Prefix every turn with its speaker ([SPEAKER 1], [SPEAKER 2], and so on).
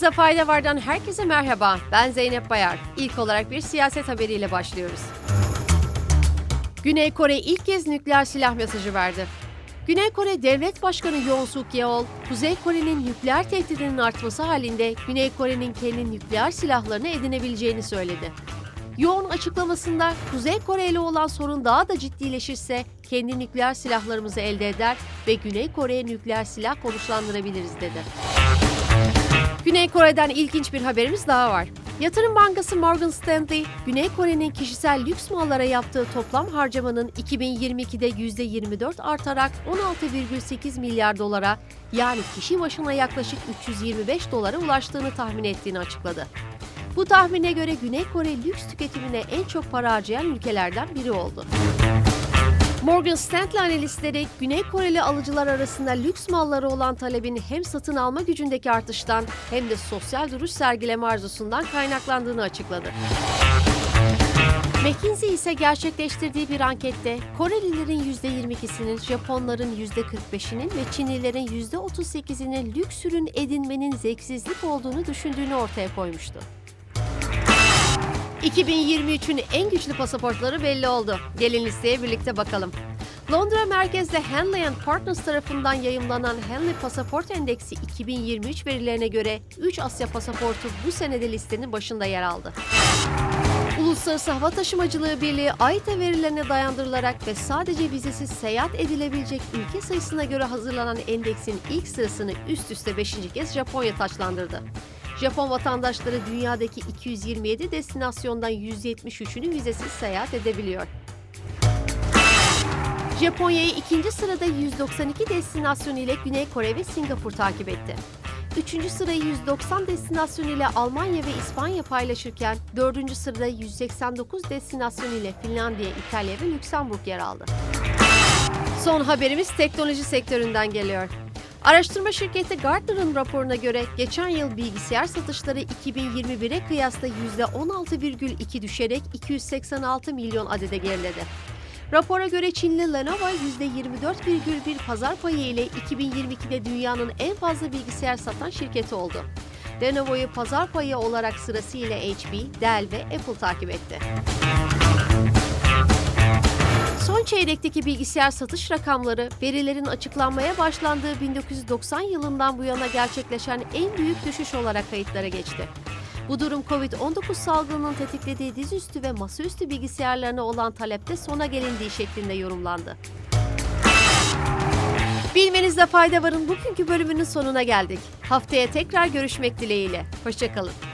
[SPEAKER 1] Bilmenizde fayda vardan herkese merhaba. Ben Zeynep Bayar. İlk olarak bir siyaset haberiyle başlıyoruz. Güney Kore ilk kez nükleer silah mesajı verdi. Güney Kore Devlet Başkanı Yoon Suk Yeol, Kuzey Kore'nin nükleer tehdidinin artması halinde Güney Kore'nin kendi nükleer silahlarını edinebileceğini söyledi. Yoon açıklamasında Kuzey Kore ile olan sorun daha da ciddileşirse kendi nükleer silahlarımızı elde eder ve Güney Kore'ye nükleer silah konuşlandırabiliriz dedi. Güney Kore'den ilginç bir haberimiz daha var. Yatırım bankası Morgan Stanley, Güney Kore'nin kişisel lüks mallara yaptığı toplam harcamanın 2022'de %24 artarak 16,8 milyar dolara, yani kişi başına yaklaşık 325 dolara ulaştığını tahmin ettiğini açıkladı. Bu tahmine göre Güney Kore lüks tüketimine en çok para harcayan ülkelerden biri oldu. Morgan Stanley analistleri, Güney Koreli alıcılar arasında lüks malları olan talebin hem satın alma gücündeki artıştan hem de sosyal duruş sergileme arzusundan kaynaklandığını açıkladı. McKinsey ise gerçekleştirdiği bir ankette Korelilerin %22'sinin, Japonların %45'inin ve Çinlilerin %38'inin lüks ürün edinmenin zevksizlik olduğunu düşündüğünü ortaya koymuştu. 2023'ün en güçlü pasaportları belli oldu. Gelin listeye birlikte bakalım. Londra merkezli Henley & Partners tarafından yayımlanan Henley Pasaport Endeksi 2023 verilerine göre 3 Asya pasaportu bu senede listenin başında yer aldı. Uluslararası Hava Taşımacılığı Birliği AİTE verilerine dayandırılarak ve sadece vizesiz seyahat edilebilecek ülke sayısına göre hazırlanan endeksin ilk sırasını üst üste 5. kez Japonya taçlandırdı. Japon vatandaşları dünyadaki 227 destinasyondan 173'ünü vizesiz seyahat edebiliyor. Japonya'yı ikinci sırada 192 destinasyon ile Güney Kore ve Singapur takip etti. Üçüncü sırayı 190 destinasyon ile Almanya ve İspanya paylaşırken, dördüncü sırada 189 destinasyon ile Finlandiya, İtalya ve Lüksemburg yer aldı. Son haberimiz teknoloji sektöründen geliyor. Araştırma şirketi Gartner'ın raporuna göre geçen yıl bilgisayar satışları 2021'e kıyasla %16,2 düşerek 286 milyon adede geriledi. Rapora göre Çinli Lenovo %24,1 pazar payı ile 2022'de dünyanın en fazla bilgisayar satan şirketi oldu. Lenovo'yu pazar payı olarak sırasıyla HP, Dell ve Apple takip etti. Son çeyrekteki bilgisayar satış rakamları, verilerin açıklanmaya başlandığı 1990 yılından bu yana gerçekleşen en büyük düşüş olarak kayıtlara geçti. Bu durum Covid-19 salgınının tetiklediği dizüstü ve masaüstü bilgisayarlarına olan talepte sona gelindiği şeklinde yorumlandı. Bilmenizde fayda varın bugünkü bölümünün sonuna geldik. Haftaya tekrar görüşmek dileğiyle. Hoşça kalın.